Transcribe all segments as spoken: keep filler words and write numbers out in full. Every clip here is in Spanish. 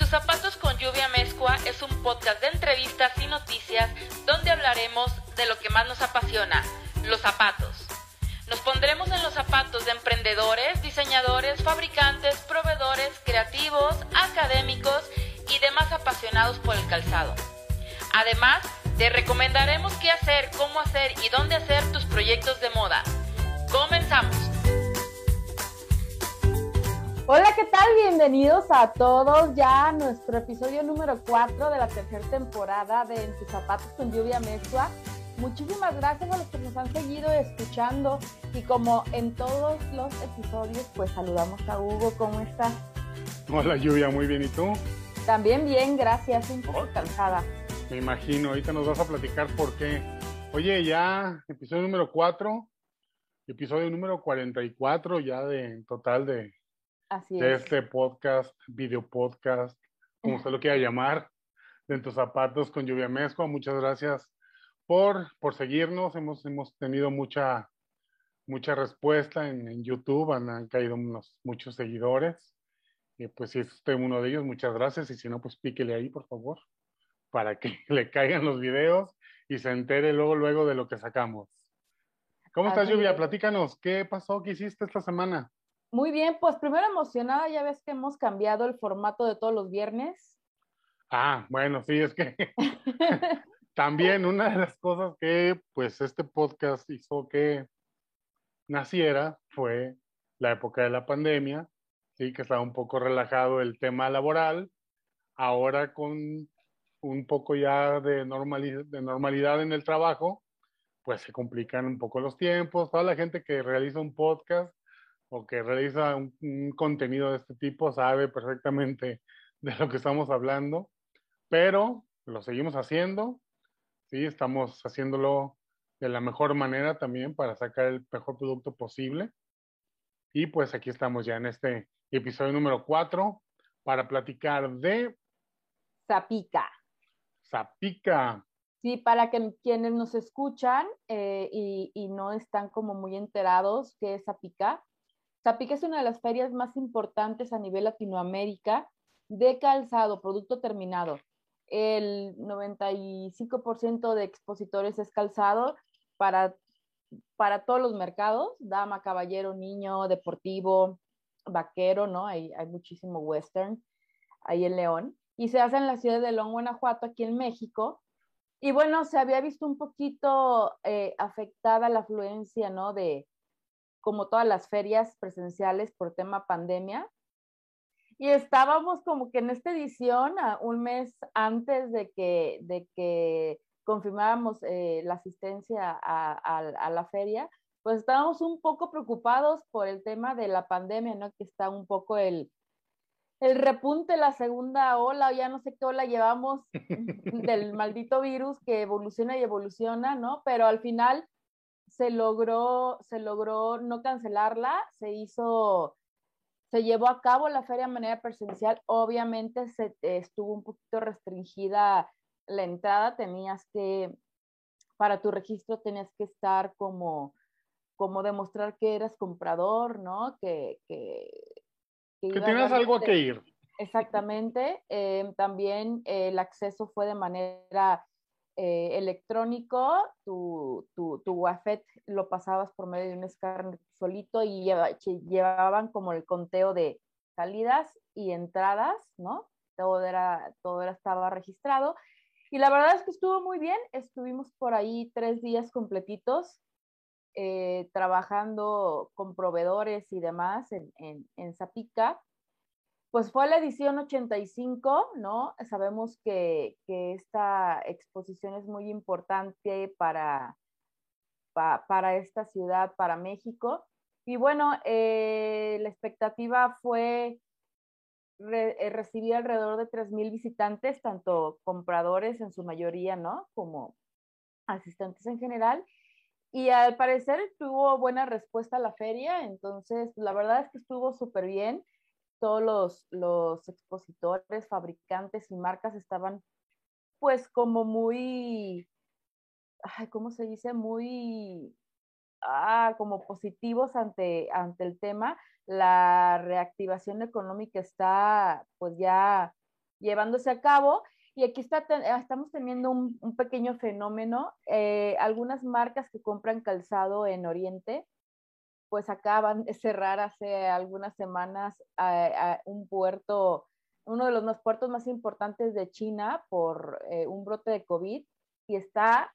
tus zapatos con Lluvia Mezcua es un podcast de entrevistas y noticias donde hablaremos de lo que más nos apasiona, los zapatos. Nos pondremos en los zapatos de emprendedores, diseñadores, fabricantes, proveedores, creativos, académicos y demás apasionados por el calzado. Además, te recomendaremos qué hacer, cómo hacer y dónde hacer tus proyectos de moda. ¡Comenzamos! Hola, ¿qué tal? Bienvenidos a todos ya a nuestro episodio número cuatro de la tercera temporada de En tus zapatos con Lluvia Mezcua. Muchísimas gracias a los que nos han seguido escuchando y como en todos los episodios, pues saludamos a Hugo. ¿Cómo estás? Hola, Lluvia, muy bien. ¿Y tú? También bien, gracias. Un poco cansada. Me imagino, ahorita nos vas a platicar por qué. Oye, ya, episodio número cuatro, episodio número cuarenta y cuatro ya de en total de... Así de es. este podcast, video podcast, como usted lo quiera llamar, de En tus zapatos con Lluvia Mezcua. Muchas gracias por, por seguirnos. Hemos, hemos tenido mucha, mucha respuesta en, en YouTube, han, han caído unos, muchos seguidores. Y pues si es usted uno de ellos, muchas gracias. Y si no, pues píquele ahí, por favor, para que le caigan los videos y se entere luego, luego de lo que sacamos. ¿Cómo estás, Así Lluvia? es. Platícanos, ¿qué pasó? ¿Qué hiciste esta semana? Muy bien, pues primero emocionada, ya ves que hemos cambiado el formato de todos los viernes. Ah, bueno, sí, es que también una de las cosas que pues este podcast hizo que naciera fue la época de la pandemia, sí, que estaba un poco relajado el tema laboral, ahora con un poco ya de normalidad, de normalidad en el trabajo, pues se complican un poco los tiempos. Toda la gente que realiza un podcast o que realiza un, un contenido de este tipo sabe perfectamente de lo que estamos hablando, pero lo seguimos haciendo, ¿sí? Estamos haciéndolo de la mejor manera también para sacar el mejor producto posible. Y pues aquí estamos ya en este episodio número cuatro para platicar de Zapica. Zapica. Sí, para que quienes nos escuchan eh, y, y no están como muy enterados qué es Zapica. Zapica es una de las ferias más importantes a nivel Latinoamérica de calzado, producto terminado. El noventa y cinco por ciento de expositores es calzado para, para todos los mercados, dama, caballero, niño, deportivo, vaquero, ¿no? Hay, hay muchísimo western ahí en León. Y se hace en la ciudad de León, Guanajuato, aquí en México. Y bueno, se había visto un poquito eh, afectada la afluencia, ¿no? De como todas las ferias presenciales por tema pandemia. Y estábamos como que en esta edición, a un mes antes de que, de que confirmáramos eh, la asistencia a, a, a la feria, pues estábamos un poco preocupados por el tema de la pandemia, ¿no? Que está un poco el, el repunte, la segunda ola, o ya no sé qué ola llevamos del maldito virus que evoluciona y evoluciona, ¿no? Pero al final se logró, se logró no cancelarla, se hizo, se llevó a cabo la feria de manera presencial. Obviamente se estuvo un poquito restringida la entrada, tenías que, para tu registro tenías que estar como, como demostrar que eras comprador, ¿no? Que, que, que Que ibas tienes algo a que realmente. ir. Exactamente. Eh, también eh, el acceso fue de manera eh, electrónico. Tu, tu, tu Wafet lo pasabas por medio de un escáner solito y lleva, llevaban como el conteo de salidas y entradas, ¿no? Todo era, todo era, estaba registrado. Y la verdad es que estuvo muy bien. Estuvimos por ahí tres días completitos eh, trabajando con proveedores y demás en, en, en Zapica. Pues fue la edición ochenta y cinco, ¿no? Sabemos que, que esta exposición es muy importante para, pa, para esta ciudad, para México. Y bueno, eh, la expectativa fue re, eh, recibir alrededor de tres mil visitantes, tanto compradores en su mayoría, ¿no? Como asistentes en general. Y al parecer tuvo buena respuesta a la feria, entonces la verdad es que estuvo súper bien. Todos los, los expositores, fabricantes y marcas estaban pues como muy, ay, ¿cómo se dice? Muy, ah, como positivos ante, ante el tema. La reactivación económica está pues ya llevándose a cabo. Y aquí está, estamos teniendo un, un pequeño fenómeno. Eh, algunas marcas que compran calzado en Oriente, pues acaban de cerrar hace algunas semanas a, a un puerto, uno de los más puertos más importantes de China por eh, un brote de COVID, y está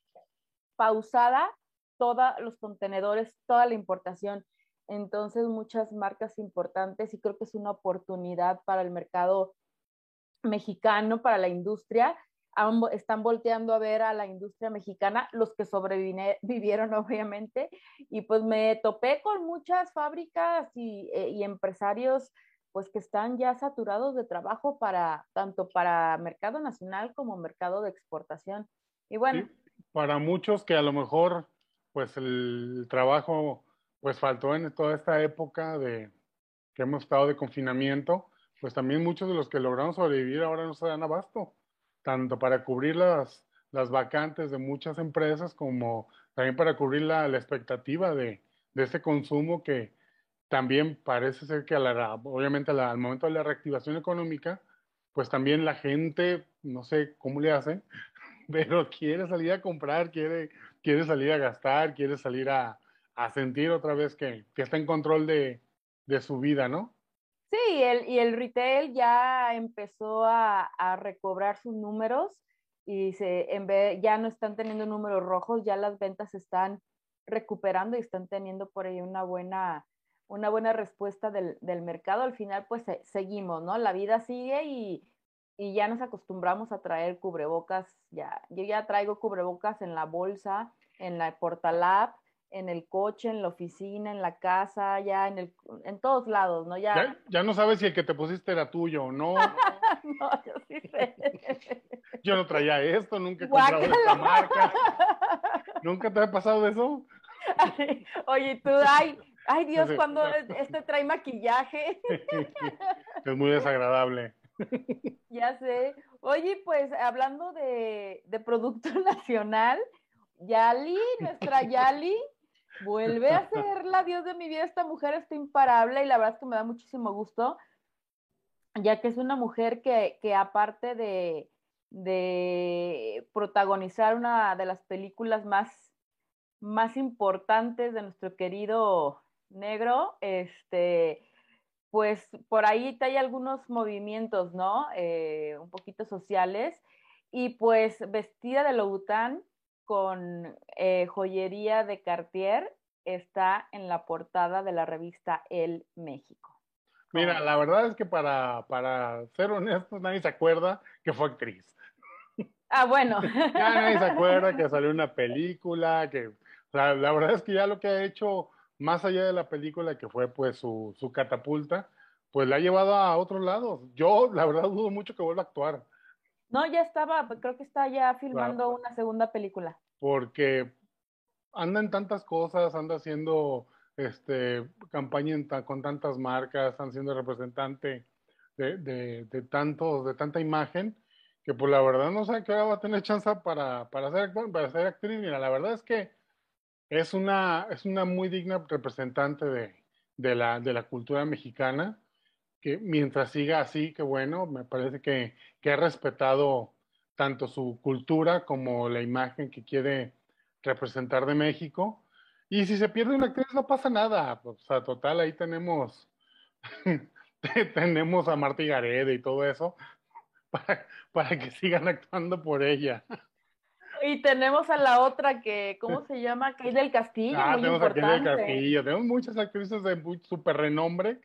pausada todos los contenedores, toda la importación. Entonces, muchas marcas importantes, y creo que es una oportunidad para el mercado mexicano, para la industria, están volteando a ver a la industria mexicana, los que sobrevivieron obviamente, y pues me topé con muchas fábricas y, y empresarios pues que están ya saturados de trabajo para tanto para mercado nacional como mercado de exportación. Y bueno. Sí, para muchos que a lo mejor pues el trabajo pues faltó en toda esta época de que hemos estado de confinamiento, pues también muchos de los que lograron sobrevivir ahora no se dan abasto, tanto para cubrir las, las vacantes de muchas empresas como también para cubrir la, la expectativa de, de ese consumo que también parece ser que a la, obviamente a la, al momento de la reactivación económica, pues también la gente, no sé cómo le hacen, pero quiere salir a comprar, quiere, quiere salir a gastar, quiere salir a, a sentir otra vez que, que está en control de, de su vida, ¿no? Sí, y el, y el retail ya empezó a, a recobrar sus números, y se, en vez, ya no están teniendo números rojos, ya las ventas se están recuperando y están teniendo por ahí una buena, una buena respuesta del, del mercado. Al final, pues se, seguimos, ¿no? La vida sigue, y, y ya nos acostumbramos a traer cubrebocas. Ya, yo ya traigo cubrebocas en la bolsa, en la portalab, en el coche, en la oficina, en la casa, ya en el, en todos lados, ¿no? Ya. Ya, ya no sabes si el que te pusiste era tuyo o no. No, yo sí sé. Yo no traía esto, nunca he comprado de esta Guácala. marca. ¿Nunca te ha pasado eso? Así, oye, tú, ay, ay Dios, Ese- cuando este trae maquillaje. Es muy desagradable. Ya sé. Oye, pues hablando de, de producto nacional, Yali, nuestra Yali, vuelve a ser la Dios de mi vida. Esta mujer está imparable, y la verdad es que me da muchísimo gusto, ya que es una mujer que, que aparte de, de protagonizar una de las películas más, más importantes de nuestro querido negro, este, pues por ahí hay algunos movimientos, ¿no? Eh, un poquito sociales, y pues vestida de Louboutin con eh, joyería de Cartier, está en la portada de la revista El México. ¿Cómo Mira, ves? la verdad es que para, para ser honestos, nadie se acuerda que fue actriz. Ah, bueno. Ya nadie se acuerda que salió una película, que o sea, la verdad es que ya lo que ha hecho, más allá de la película, que fue pues su, su catapulta, pues la ha llevado a otros lados. Yo, la verdad, dudo mucho que vuelva a actuar, No, ya estaba, creo que está ya ¿verdad? filmando una segunda película. Porque anda en tantas cosas, anda haciendo este, campaña en ta- con tantas marcas, anda siendo representante de, de, de tantos, de tanta imagen, que pues la verdad no sé a qué hora va a tener chance para, para ser actor, para ser actriz. Mira, la verdad es que es una, es una muy digna representante de, de la, de la cultura mexicana, que mientras siga así, que bueno, me parece que, que ha respetado tanto su cultura como la imagen que quiere representar de México. Y si se pierde una actriz, no pasa nada. O sea, total, ahí tenemos, tenemos a Marta y Gareda y todo eso para, para que sigan actuando por ella. Y tenemos a la otra que, ¿cómo se llama? Kate del Castillo, Ah, muy tenemos a Kelly del importante. Castillo, tenemos muchas actrices de muy- súper renombre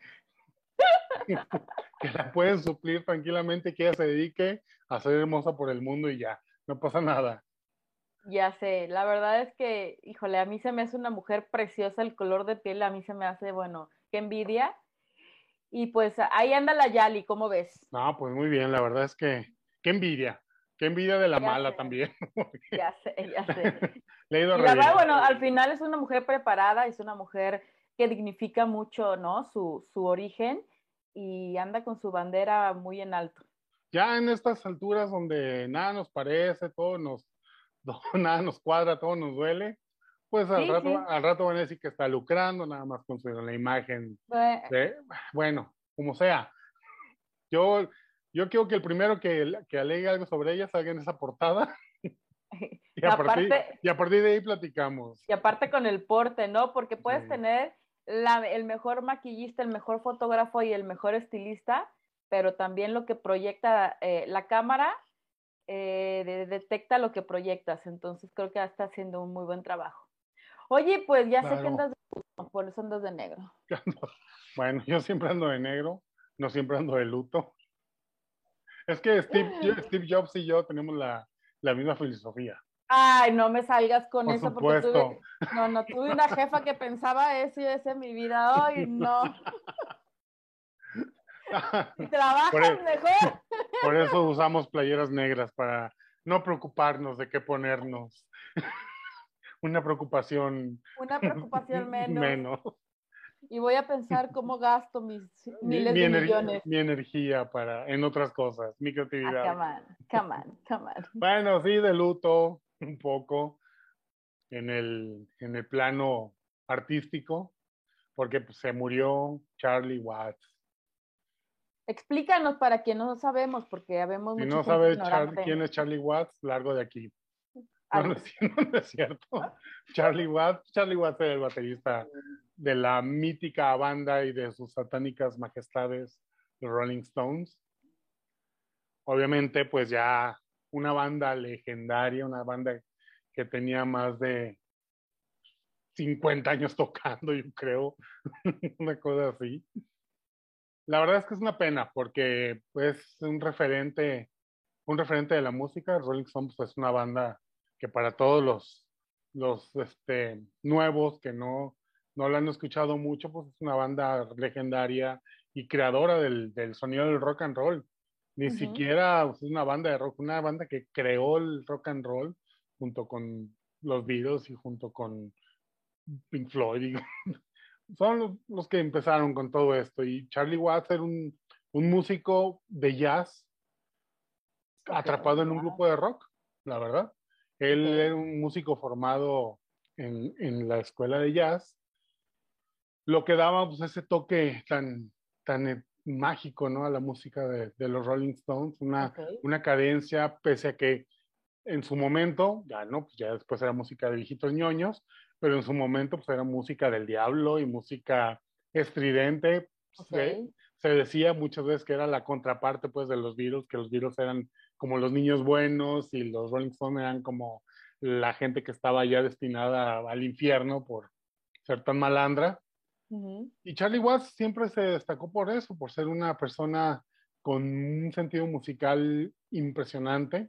que la pueden suplir tranquilamente, que ella se dedique a ser hermosa por el mundo y ya, no pasa nada. Ya sé, la verdad es que, híjole, a mí se me hace una mujer preciosa, el color de piel a mí se me hace, bueno, qué envidia. Y pues ahí anda la Yali, ¿cómo ves? No, pues muy bien, la verdad es que qué envidia, qué envidia de la Ya mala sé, también, porque ya sé, ya sé. le ha ido Y re la verdad, bien. bueno, al final es una mujer preparada, es una mujer que dignifica mucho, ¿no? Su, su origen, y anda con su bandera muy en alto. Ya en estas alturas donde nada nos parece, todo nos, no, nada nos cuadra, todo nos duele, pues al Sí, rato, sí. al rato van a decir que está lucrando nada más con su, la imagen Eh, de, bueno, como sea. Yo yo quiero que el primero que, que alegue algo sobre ella salga en esa portada. Y a, aparte, partir, y a partir de ahí platicamos. Y aparte con el porte, ¿no? Porque puedes Sí. tener la, el mejor maquillista, el mejor fotógrafo y el mejor estilista, pero también lo que proyecta eh, la cámara eh, de, detecta lo que proyectas. Entonces creo que está haciendo un muy buen trabajo. Oye, pues ya Claro. sé que andas de luto, por eso andas de negro. Bueno, yo siempre ando de negro, no siempre ando de luto. Es que Steve, Steve Jobs y yo tenemos la, la misma filosofía. Ay, no me salgas con Por eso porque supuesto. tuve, no, no, tuve una jefa que pensaba eso y eso en mi vida. Ay, no. Y trabajas por, e- mejor. por eso usamos playeras negras, para no preocuparnos de qué ponernos. Una preocupación Una preocupación menos. menos. Y voy a pensar cómo gasto mis Mi, miles mi, de ener- millones. mi energía para, en otras cosas, mi Ah, creatividad. come on, come on, come on. Bueno, sí, de luto un poco en el, en el plano artístico, porque pues, se murió Charlie Watts. Explícanos para quien no sabemos, porque habemos Si mucha no gente sabes Char- ignorante. quién es Charlie Watts, largo de aquí. No, no, Adiós. es, no es cierto. Charlie Watts, Charlie Watts era el baterista de la mítica banda y de sus satánicas majestades, los Rolling Stones. Obviamente, pues ya una banda legendaria, una banda que tenía más de cincuenta años tocando, yo creo, una cosa así. La verdad es que es una pena porque pues un referente, un referente de la música. Rolling Stones pues, es una banda que para todos los, los este, nuevos que no, no la han escuchado mucho, pues es una banda legendaria y creadora del, del sonido del rock and roll. Ni uh-huh. siquiera pues, es una banda de rock, una banda que creó el rock and roll junto con los Beatles y junto con Pink Floyd. Son los, los que empezaron con todo esto. Y Charlie Watts era un, un músico de jazz okay, atrapado en un wow. grupo de rock, la verdad. Él okay. era un músico formado en, en la escuela de jazz, lo que daba pues, ese toque tan, tan mágico, ¿no? A la música de, de los Rolling Stones, una, okay. una cadencia, pese a que en su momento, ya no, pues ya después era música de viejitos ñoños, pero en su momento pues era música del diablo y música estridente. Okay. Se, se decía muchas veces que era la contraparte pues de los Beatles, que los Beatles eran como los niños buenos y los Rolling Stones eran como la gente que estaba ya destinada al infierno por ser tan malandra. Uh-huh. Y Charlie Watts siempre se destacó por eso, por ser una persona con un sentido musical impresionante.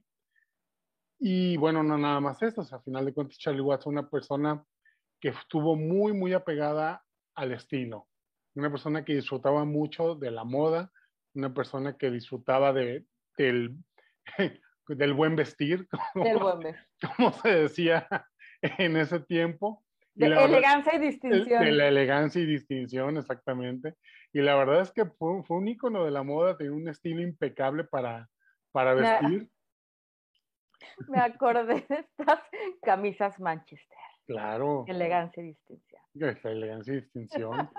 Y bueno, no nada más eso, o sea, a final de cuentas Charlie Watts es una persona que estuvo muy, muy apegada al estilo, una persona que disfrutaba mucho de la moda, una persona que disfrutaba de, del, del buen vestir, como, del buen vestir. como se decía en ese tiempo. De la elegancia verdad, y distinción. De la elegancia y distinción, exactamente. Y la verdad es que fue, fue un ícono de la moda, tenía un estilo impecable para, para vestir. Me acordé de estas camisas Manchester. Claro. Elegancia y distinción. Esa elegancia y distinción.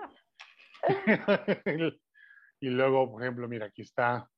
Y luego, por ejemplo, mira, aquí está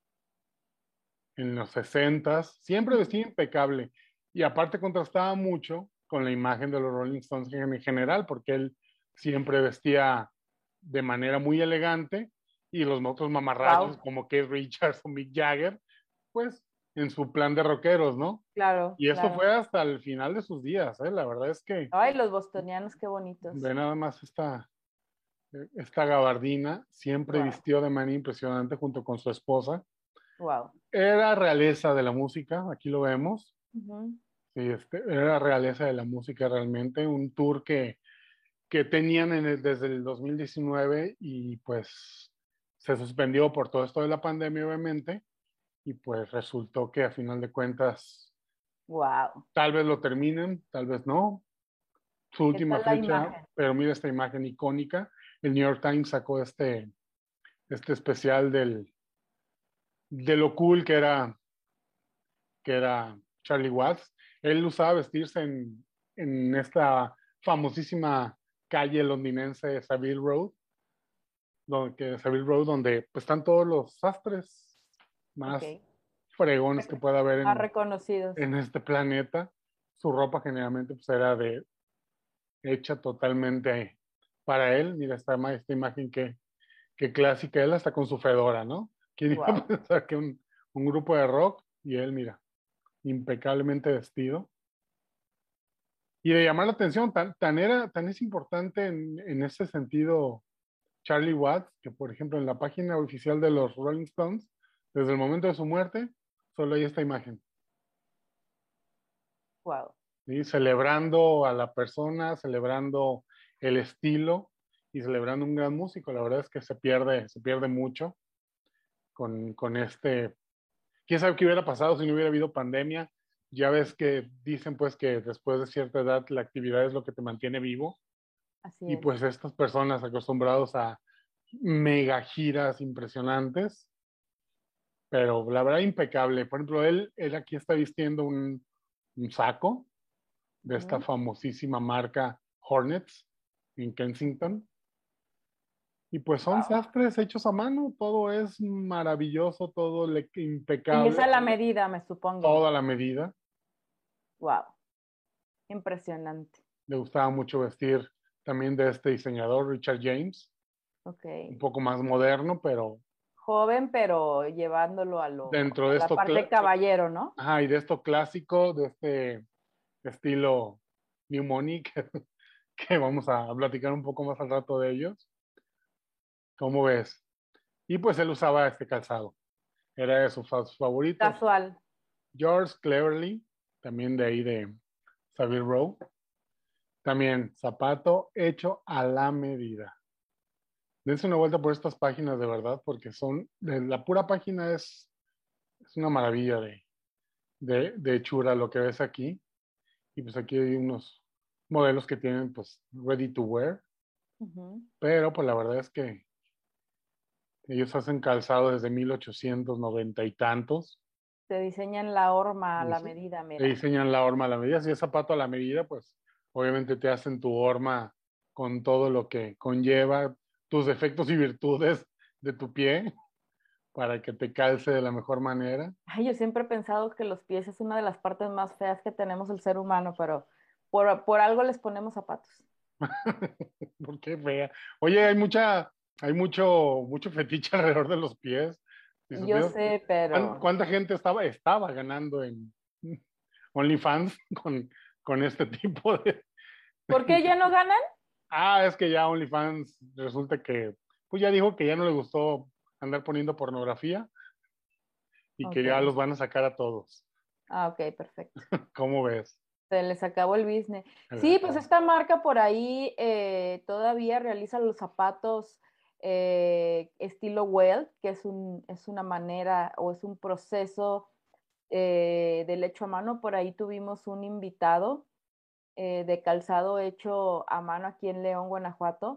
en los sesentas, siempre vestido impecable. Y aparte contrastaba mucho con la imagen de los Rolling Stones en general, porque él siempre vestía de manera muy elegante y los otros mamarrachos wow. como Keith Richards o Mick Jagger, pues en su plan de rockeros, ¿no? Claro. Y eso claro. fue hasta el final de sus días, ¿eh? La verdad es que... Ay, los bostonianos, qué bonitos. Ve nada más esta, esta gabardina, siempre wow. vistió de manera impresionante junto con su esposa. Wow. Era realeza de la música, aquí lo vemos. Uh-huh. Sí, este, era realeza de la música realmente, un tour que, que tenían en el, desde el dos mil diecinueve y pues se suspendió por todo esto de la pandemia, obviamente. Y pues resultó que a final de cuentas, wow. tal vez lo terminen, tal vez no. Su última fecha, pero mira esta imagen icónica. El New York Times sacó este, este especial del, de lo cool que era, que era Charlie Watts. Él usaba vestirse en, en esta famosísima calle londinense Savile Row, donde, Savile Row, donde pues, están todos los sastres más Ok. fregones que pueda haber Más en, reconocidos. en este planeta. Su ropa generalmente pues, era de, hecha totalmente para él. Mira esta, ma- esta imagen que, que clásica, él hasta con su fedora, ¿no? ¿Quién iba a Wow. pensar que un, un grupo de rock y él, mira, impecablemente vestido? Y de llamar la atención, tan, tan, era, tan es importante en, en ese sentido Charlie Watts, que por ejemplo en la página oficial de los Rolling Stones, desde el momento de su muerte, solo hay esta imagen, Wow. ¿sí? Celebrando a la persona, celebrando el estilo y celebrando un gran músico. La verdad es que se pierde, se pierde mucho con, con este. ¿Quién sabe qué hubiera pasado si no hubiera habido pandemia? Ya ves que dicen pues que después de cierta edad la actividad es lo que te mantiene vivo Así y es. pues estas personas acostumbrados a mega giras impresionantes, pero la verdad impecable. Por ejemplo, él, él aquí está vistiendo un, un saco de esta Ujú. famosísima marca Hornets en Kensington. Y pues son Wow. sastres hechos a mano, todo es maravilloso, todo le, Y esa impecable, es la medida, me supongo. toda la medida. Wow. Impresionante. Le gustaba mucho vestir también de este diseñador, Richard James, Ok. un poco más moderno, pero Joven, pero llevándolo a lo, dentro a de la esto, parte cla- caballero, ¿no? ajá, y de esto clásico, de este estilo New Money, que, que vamos a platicar un poco más al rato de ellos. ¿Cómo ves? Y pues él usaba este calzado, era de sus fa- favoritos. Casual. George Cleverly, también de ahí de Savile Row, también zapato hecho a la medida. Dense una vuelta por estas páginas de verdad, porque son, de la pura página es, es una maravilla de, de, de hechura lo que ves aquí. Y pues aquí hay unos modelos que tienen pues ready to wear, Ujú. pero pues la verdad es que ellos hacen calzado desde mil ochocientos noventa y tantos. Te diseñan la horma a Y la eso, medida, te mira. diseñan la horma a la medida. Si es zapato a la medida, pues obviamente te hacen tu horma con todo lo que conlleva, tus defectos y virtudes de tu pie para que te calce de la mejor manera. Ay, yo siempre he pensado que los pies es una de las partes más feas que tenemos el ser humano, pero por, por algo les ponemos zapatos. ¿Por qué fea? Oye, hay mucha, hay mucho, mucho fetiche alrededor de los pies. Si Yo supieras sé, cuán- pero cuánta gente estaba, estaba ganando en OnlyFans con, con este tipo de. ¿por qué ya no ganan? Ah, es que ya OnlyFans resulta que, pues ya dijo que ya no le gustó andar poniendo pornografía y que ya Ok. los van a sacar a todos. Ah, ok, perfecto. ¿Cómo ves? Se les acabó el business. Se les Sí, pues acabó. esta marca por ahí eh, todavía realiza los zapatos eh, estilo Welt, que es un, es una manera o es un proceso eh, del hecho a mano. Por ahí tuvimos un invitado eh, de calzado hecho a mano aquí en León, Guanajuato,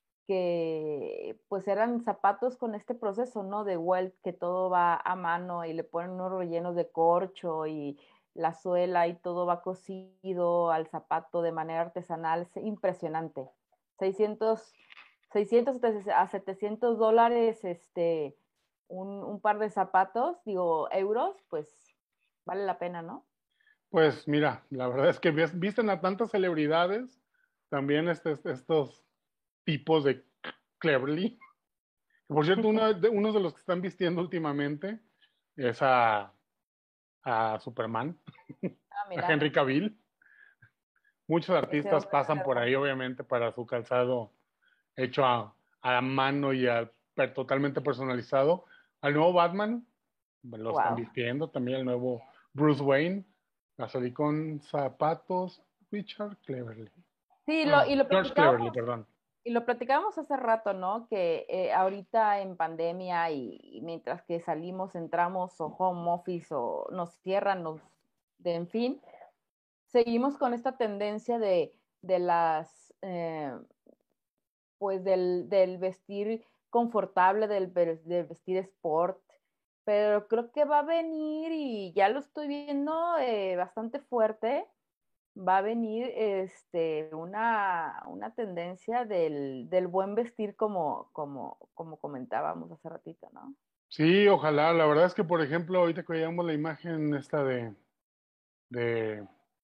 que pues eran zapatos con este proceso, ¿no? De welt, que todo va a mano y le ponen unos rellenos de corcho y la suela y todo va cosido al zapato de manera artesanal. Es impresionante. seiscientos, seiscientos a setecientos dólares, este, un, un par de zapatos, digo, euros, pues vale la pena, ¿no? Pues mira, la verdad es que ves- visten a tantas celebridades, también este- estos tipos de Cleverly. Por cierto, uno de, uno de los que están vistiendo últimamente es a, a Superman, Ah, a mira, Henry Cavill. Muchos ese artistas hombre es pasan por ahí, hermoso. obviamente, para su calzado hecho a, a mano y a- per- totalmente personalizado. Al nuevo Batman lo están Wow. vistiendo, también el nuevo Bruce Wayne. A salir con zapatos Richard Cleverly. Sí, lo, No, y lo George Cleverly, platicábamos. perdón. Y lo platicábamos hace rato, ¿no? Que eh, ahorita en pandemia y, y mientras que salimos, entramos o home office o nos cierran, nos, de, en fin, seguimos con esta tendencia de, de las, eh, pues del, del vestir confortable, del, ve- del vestir sport, pero creo que va a venir y ya lo estoy viendo eh, bastante fuerte, va a venir este, una, una tendencia del, del buen vestir como, como, como comentábamos hace ratito, ¿no? Sí, ojalá. La verdad es que, por ejemplo, ahorita que veíamos la imagen esta de, de,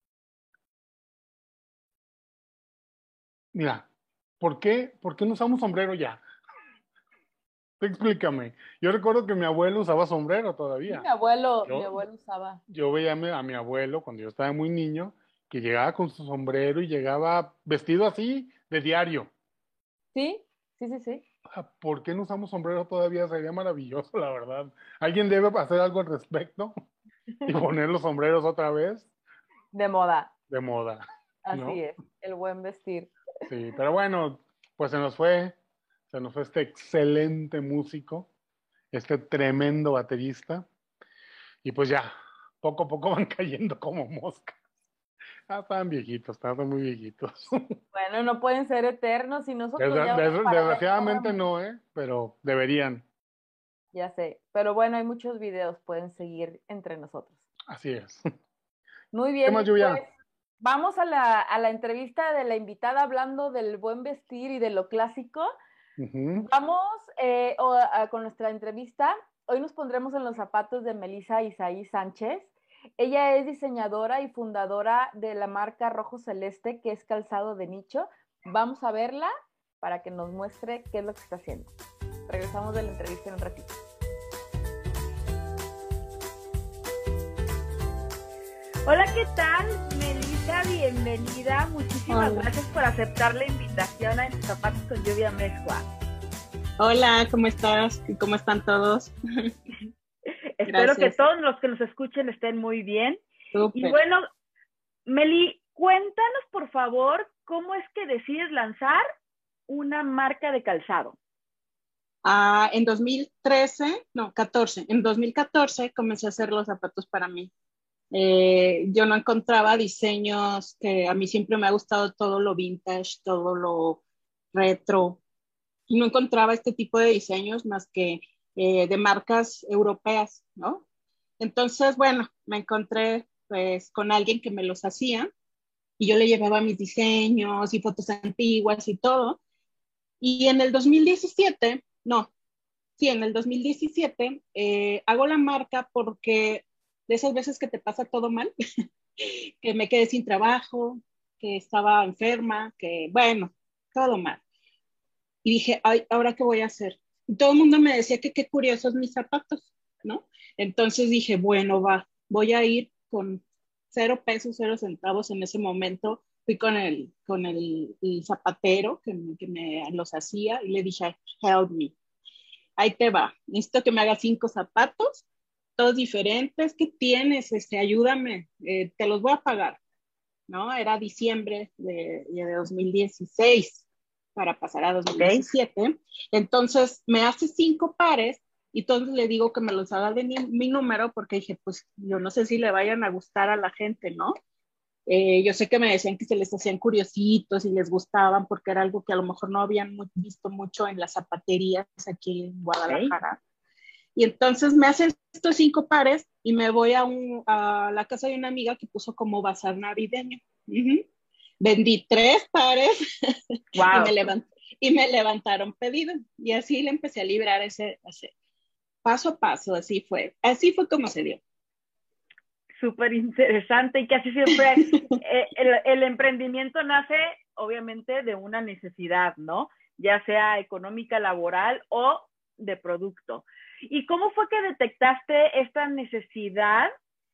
mira, ¿por qué, por qué no usamos sombrero ya? Explícame. Yo recuerdo que mi abuelo usaba sombrero Sí, mi todavía. abuelo, mi Yo, abuelo usaba. yo veía a mi, a mi abuelo cuando yo estaba muy niño, que llegaba con su sombrero y llegaba vestido así de diario. Sí, sí, sí, sí. O sea, ¿por qué no usamos sombrero todavía? Sería maravilloso, la verdad. ¿Alguien debe hacer algo al respecto y poner los sombreros otra vez De moda, de moda, así ¿no? es, el buen vestir. Sí, pero bueno, pues se nos fue, se nos fue este excelente músico, este tremendo baterista, y pues ya, poco a poco van cayendo como moscas. Ah, estaban viejitos, estaban muy viejitos. Bueno, no pueden ser eternos y nosotros Desgra- ya vamos des- para allá y desgraciadamente corremos. no, ¿eh? Pero deberían. Ya sé, pero bueno, hay muchos videos, pueden seguir entre nosotros. Así es. Muy ¿Qué más, bien, pues Lluvia? vamos a la, a la entrevista de la invitada hablando del buen vestir y de lo clásico. Ujú. Vamos eh, o- a- con nuestra entrevista. Hoy nos pondremos en los zapatos de Melissa Isaí Sánchez. Ella es diseñadora y fundadora de la marca Rojo Celeste, que es calzado de nicho. Vamos a verla para que nos muestre qué es lo que está haciendo. Regresamos de la entrevista en un ratito. Hola, ¿qué tal? Melissa, bienvenida. Muchísimas Hola. gracias por aceptar la invitación a Entre Zapatos con Lluvia Mezcua. Hola, ¿cómo estás? ¿Y cómo están todos? Espero que Gracias. todos los que nos escuchen estén muy bien. Y Súper. bueno, Meli, cuéntanos por favor cómo es que decides lanzar una marca de calzado. Ah, en dos mil trece, no, catorce, en dos mil catorce comencé a hacer los zapatos para mí. Eh, yo no encontraba diseños que a mí siempre me ha gustado todo lo vintage, todo lo retro, y no encontraba este tipo de diseños más que eh, de marcas europeas, ¿no? Entonces, bueno, me encontré pues con alguien que me los hacía y yo le llevaba mis diseños y fotos antiguas y todo. Y en el dos mil diecisiete, no, sí, en el dos mil diecisiete eh, hago la marca porque de esas veces que te pasa todo mal, que me quedé sin trabajo, que estaba enferma, que bueno, todo mal. Y dije, ay, ¿ahora qué voy a hacer? Y todo el mundo me decía que qué curiosos mis zapatos, ¿no? Entonces dije, bueno, va, voy a ir con cero pesos, cero centavos en ese momento. Fui con el, con el, el zapatero que me, que me los hacía y le dije, help me, ahí te va, necesito que me haga cinco zapatos, todos diferentes, ¿qué tienes? Este, ayúdame, eh, te los voy a pagar, ¿no? Era diciembre de, de dos mil dieciséis para pasar a dos mil diecisiete. Okay. Entonces me hace cinco pares y entonces le digo que me los haga de mi, mi número porque dije, pues yo no sé si le vayan a gustar a la gente, ¿no? Eh, yo sé que me decían que se les hacían curiositos y les gustaban porque era algo que a lo mejor no habían muy, visto mucho en las zapaterías aquí en Guadalajara. Okay. Y entonces me hacen estos cinco pares y me voy a, un, a la casa de una amiga que puso como bazar navideño. Uh-huh. Vendí tres pares wow. y, me levant, y me levantaron pedido. Y así le empecé a librar ese, ese paso a paso, así fue. Así fue como se dio. Súper interesante y casi siempre eh, el, el emprendimiento nace obviamente de una necesidad, ¿no? Ya sea económica, laboral o de producto. ¿Y cómo fue que detectaste esta necesidad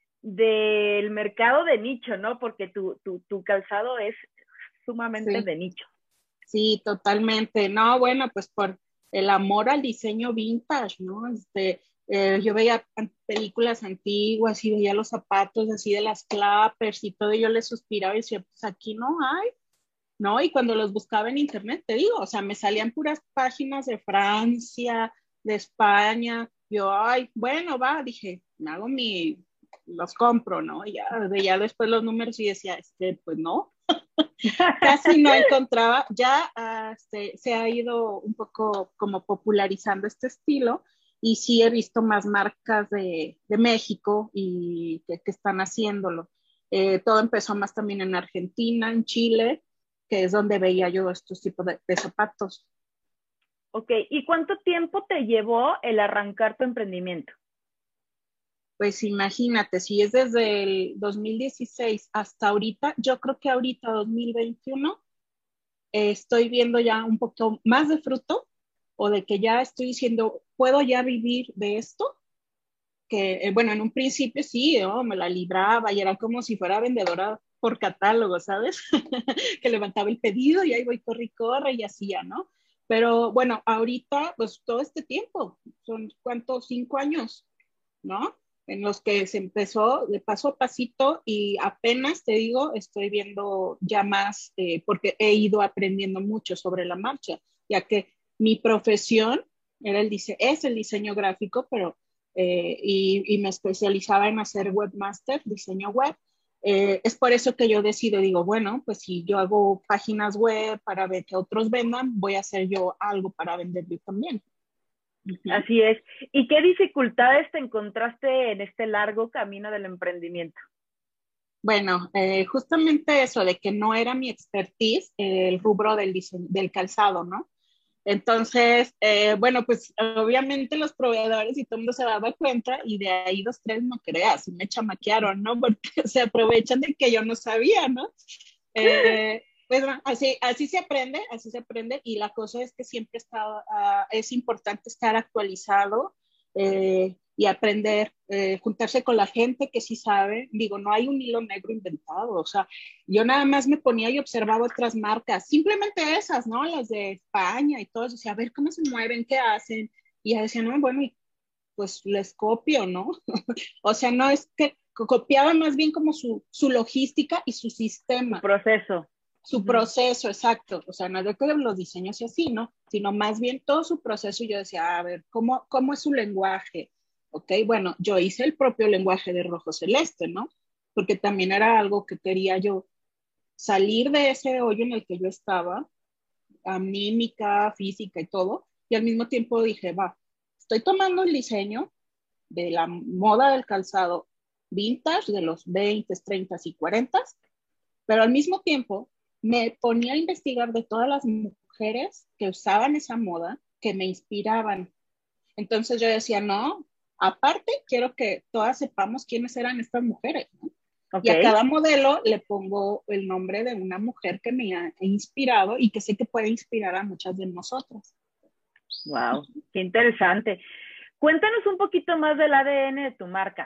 del mercado de nicho, ¿no? Porque tu, tu, tu calzado es sumamente sí. de nicho. Sí, totalmente. No, bueno, pues por el amor al diseño vintage, ¿no? Este, eh, yo veía películas antiguas y veía los zapatos así de las clappers y todo, y yo les suspiraba y decía, pues aquí no hay, ¿no? Y cuando los buscaba en internet, te digo, o sea, me salían puras páginas de Francia, de España, yo, ay, bueno, va, dije, me hago mi, los compro, ¿no? Y ya veía después los números y decía, este, pues no. Casi no encontraba, ya uh, se, se ha ido un poco como popularizando este estilo y sí he visto más marcas de, de México y que, que están haciéndolo. Eh, todo empezó más también en Argentina, en Chile, que es donde veía yo estos tipos de, de zapatos. Ok, ¿y cuánto tiempo te llevó el arrancar tu emprendimiento? Pues imagínate, si es desde el dos mil dieciséis hasta ahorita, yo creo que ahorita dos mil veintiuno eh, estoy viendo ya un poco más de fruto o de que ya estoy diciendo, ¿puedo ya vivir de esto? Que, eh, bueno, en un principio sí, ¿no? Me la libraba y era como si fuera vendedora por catálogo, ¿sabes? Que levantaba el pedido y ahí voy, corre y corre y hacía, ¿no? Pero bueno, ahorita, pues todo este tiempo, son cuántos, cinco años, ¿no? En los que se empezó de paso a pasito y apenas te digo, estoy viendo ya más, eh, porque he ido aprendiendo mucho sobre la marcha, ya que mi profesión era el dise es el diseño gráfico, pero eh, y, y, me especializaba en hacer webmaster, diseño web. Eh, es por eso que yo decido, digo, bueno, pues si yo hago páginas web para ver que otros vendan, voy a hacer yo algo para vender yo también. Uh-huh. Así es. ¿Y qué dificultades te encontraste en este largo camino del emprendimiento? Bueno, eh, justamente eso de que no era mi expertise, eh, el rubro del, diseño, del calzado, ¿no? Entonces, eh, bueno, pues obviamente los proveedores y todo el mundo se daba cuenta y de ahí dos, tres, no creas, me chamaquearon, ¿no? Porque se aprovechan de que yo no sabía, ¿no? Eh, pues bueno, así, así se aprende, así se aprende y la cosa es que siempre está, uh, es importante estar actualizado eh, y aprender, eh, juntarse con la gente que sí sabe. Digo, no hay un hilo negro inventado, o sea, yo nada más me ponía y observaba otras marcas, simplemente esas, ¿no? Las de España y todo eso, o sea, a ver cómo se mueven, qué hacen, y ya decía, no, bueno, y pues les copio, ¿no? O sea, no es que copiaba más bien como su, su logística y su sistema. Su proceso. Su uh-huh. proceso, exacto. O sea, no es de que los diseños y así, ¿no? Sino más bien todo su proceso y yo decía, a ver, ¿cómo, cómo es su lenguaje? Ok, bueno, yo hice el propio lenguaje de rojo celeste, ¿no? Porque también era algo que quería yo salir de ese hoyo en el que yo estaba, a mímica, física y todo, y al mismo tiempo dije, va, estoy tomando el diseño de la moda del calzado vintage de los veinte, treinta y cuarenta, pero al mismo tiempo me ponía a investigar de todas las mujeres que usaban esa moda, que me inspiraban. Entonces yo decía, no, aparte quiero que todas sepamos quiénes eran estas mujeres, ¿no? Okay. Y a cada modelo le pongo el nombre de una mujer que me ha inspirado y que sé que puede inspirar a muchas de nosotras. Wow, qué interesante. Cuéntanos un poquito más del A D N de tu marca.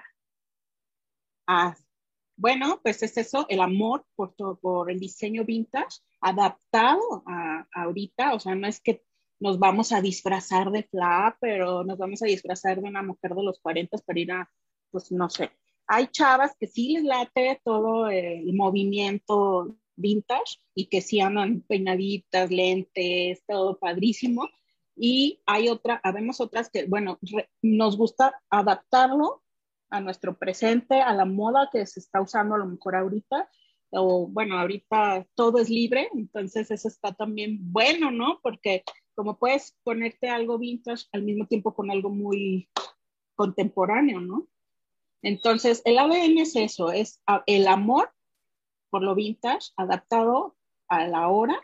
Ah, bueno, pues es eso, el amor por, todo, por el diseño vintage, adaptado a, a ahorita, o sea, no es que nos vamos a disfrazar de Fla, pero nos vamos a disfrazar de una mujer de los cuarenta para ir a, pues no sé. Hay chavas que sí les late todo el movimiento vintage y que sí andan peinaditas, lentes, todo padrísimo. Y hay otra, habemos otras que, bueno, re, nos gusta adaptarlo a nuestro presente, a la moda que se está usando a lo mejor ahorita, o bueno, ahorita todo es libre, entonces eso está también bueno, ¿no? Porque como puedes ponerte algo vintage al mismo tiempo con algo muy contemporáneo, ¿no? Entonces, el A D N es eso, es el amor por lo vintage adaptado a la hora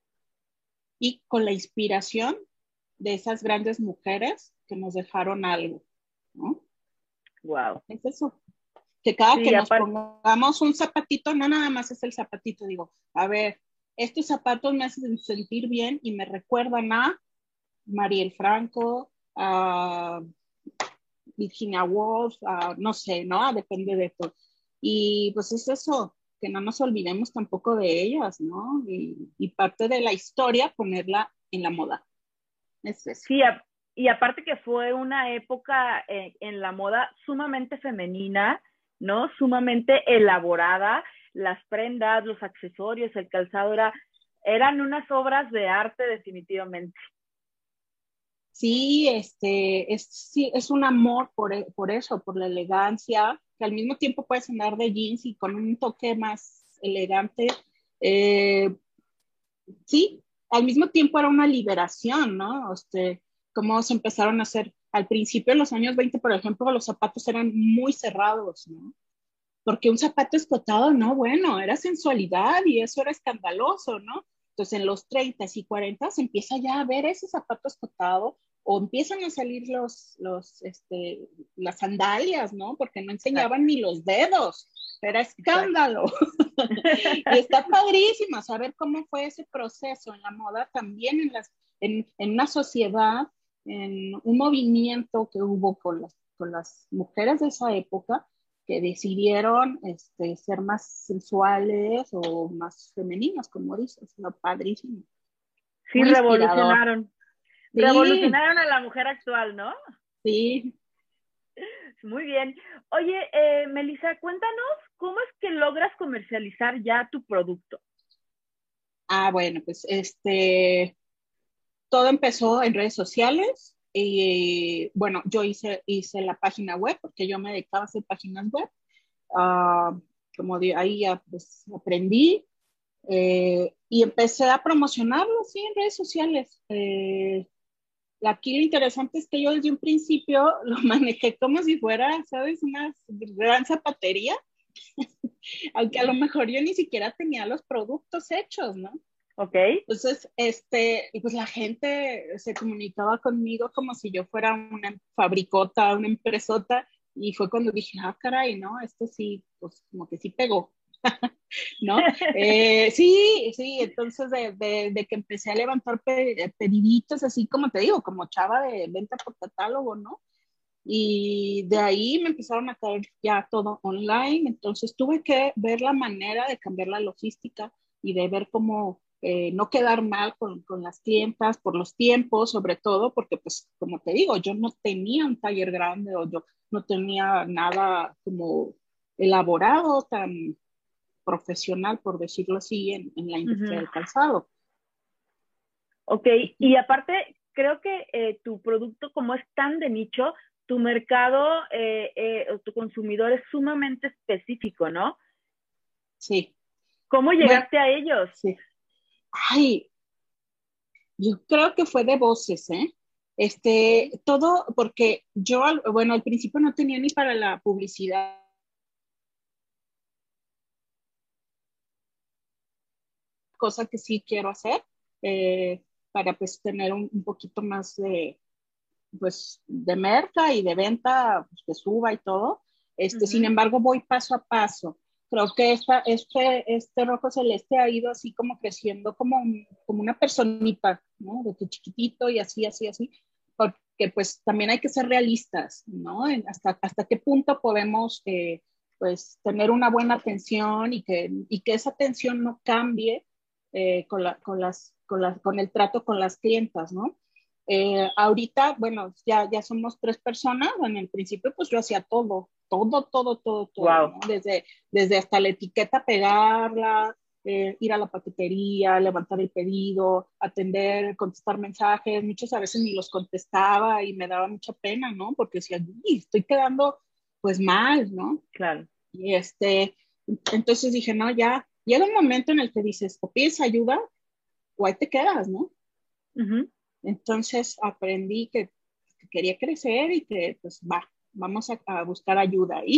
y con la inspiración de esas grandes mujeres que nos dejaron algo, ¿no? Wow. Es eso. Que cada sí, que nos aparte... pongamos un zapatito, no nada más es el zapatito, digo, a ver, estos zapatos me hacen sentir bien y me recuerdan a Mariel Franco, a Virginia Woolf, a, no sé, ¿no? Depende de todo. Y pues es eso, que no nos olvidemos tampoco de ellas, ¿no? Y, y parte de la historia, ponerla en la moda. Es eso. Sí, a, y aparte que fue una época eh, en la moda sumamente femenina, ¿no? Sumamente elaborada, las prendas, los accesorios, el calzado, era, eran unas obras de arte definitivamente. Sí, este, es, sí, es un amor por, por eso, por la elegancia, que al mismo tiempo puedes andar de jeans y con un toque más elegante. Eh, sí, al mismo tiempo era una liberación, ¿no? Este, cómo se empezaron a hacer, al principio en los años veinte, por ejemplo, los zapatos eran muy cerrados, ¿no? Porque un zapato escotado, no, bueno, era sensualidad y eso era escandaloso, ¿no? Entonces en los treinta y cuarenta se empieza ya a ver ese zapato escotado o empiezan a salir los, los, este, las sandalias, ¿no? Porque no enseñaban ni los dedos, era escándalo. Y está padrísimo saber cómo fue ese proceso en la moda, también en, las, en, en una sociedad, en un movimiento que hubo con las, con las mujeres de esa época, que decidieron este, ser más sensuales o más femeninas, como dices, lo padrísimo. Sí, muy revolucionaron. Sí. Revolucionaron a la mujer actual, ¿no? Sí. Muy bien. Oye, eh, Melissa, cuéntanos cómo es que logras comercializar ya tu producto. Ah, bueno, pues este, todo empezó en redes sociales y bueno, yo hice, hice la página web porque yo me dedicaba a hacer páginas web. Uh, como de ahí ya pues aprendí eh, y empecé a promocionarlo, sí, en redes sociales. Eh, aquí lo interesante es que yo desde un principio lo manejé como si fuera, ¿sabes? Una gran zapatería, aunque a lo mejor yo ni siquiera tenía los productos hechos, ¿no? Ok. Entonces, este, pues la gente se comunicaba conmigo como si yo fuera una fabricota, una empresota, y fue cuando dije, ah, caray, ¿no? Esto sí, pues como que sí pegó, ¿no? Eh, sí, sí, entonces de, de, de que empecé a levantar pe pediditos, así como te digo, como chava de venta por catálogo, ¿no? Y de ahí me empezaron a caer ya todo online, entonces tuve que ver la manera de cambiar la logística y de ver cómo eh, no quedar mal con, con las clientas por los tiempos, sobre todo porque, pues, como te digo, yo no tenía un taller grande o yo no tenía nada como elaborado, tan profesional, por decirlo así, en, en la industria Uh-huh. del calzado. Ok, y aparte, creo que eh, tu producto, como es tan de nicho, tu mercado eh, eh, o tu consumidor es sumamente específico, ¿no? Sí. ¿Cómo llegaste bueno, a ellos? Sí. Ay, yo creo que fue de voces, ¿eh? Este, todo, porque yo, bueno, al principio no tenía ni para la publicidad. Cosa que sí quiero hacer, eh, para pues tener un, un poquito más de, pues, de merca y de venta, pues, que suba y todo. Este, uh-huh. Sin embargo, voy paso a paso. Creo que esta, este, este rojo celeste ha ido así como creciendo como, un, como una personita, ¿no? De que chiquitito y así, así, así. Porque pues también hay que ser realistas, ¿no? En hasta, hasta qué punto podemos eh, pues tener una buena atención y que, y que esa atención no cambie eh, con, la, con, las, con, las, con el trato con las clientas, ¿no? Eh, ahorita, bueno, ya, ya somos tres personas. En el principio, pues yo hacía todo, todo, todo, todo, todo, wow. ¿no? Desde, desde hasta la etiqueta pegarla, eh, ir a la paquetería, levantar el pedido, atender, contestar mensajes. Muchos a veces ni los contestaba y me daba mucha pena, ¿no? Porque decía, estoy quedando pues mal, ¿no? Claro. Y este, entonces dije, no, ya, llega un momento en el que dices, o pides ayuda o ahí te quedas, ¿no? Uh-huh. Entonces aprendí que, que quería crecer y que pues va, vamos a, a buscar ayuda. Y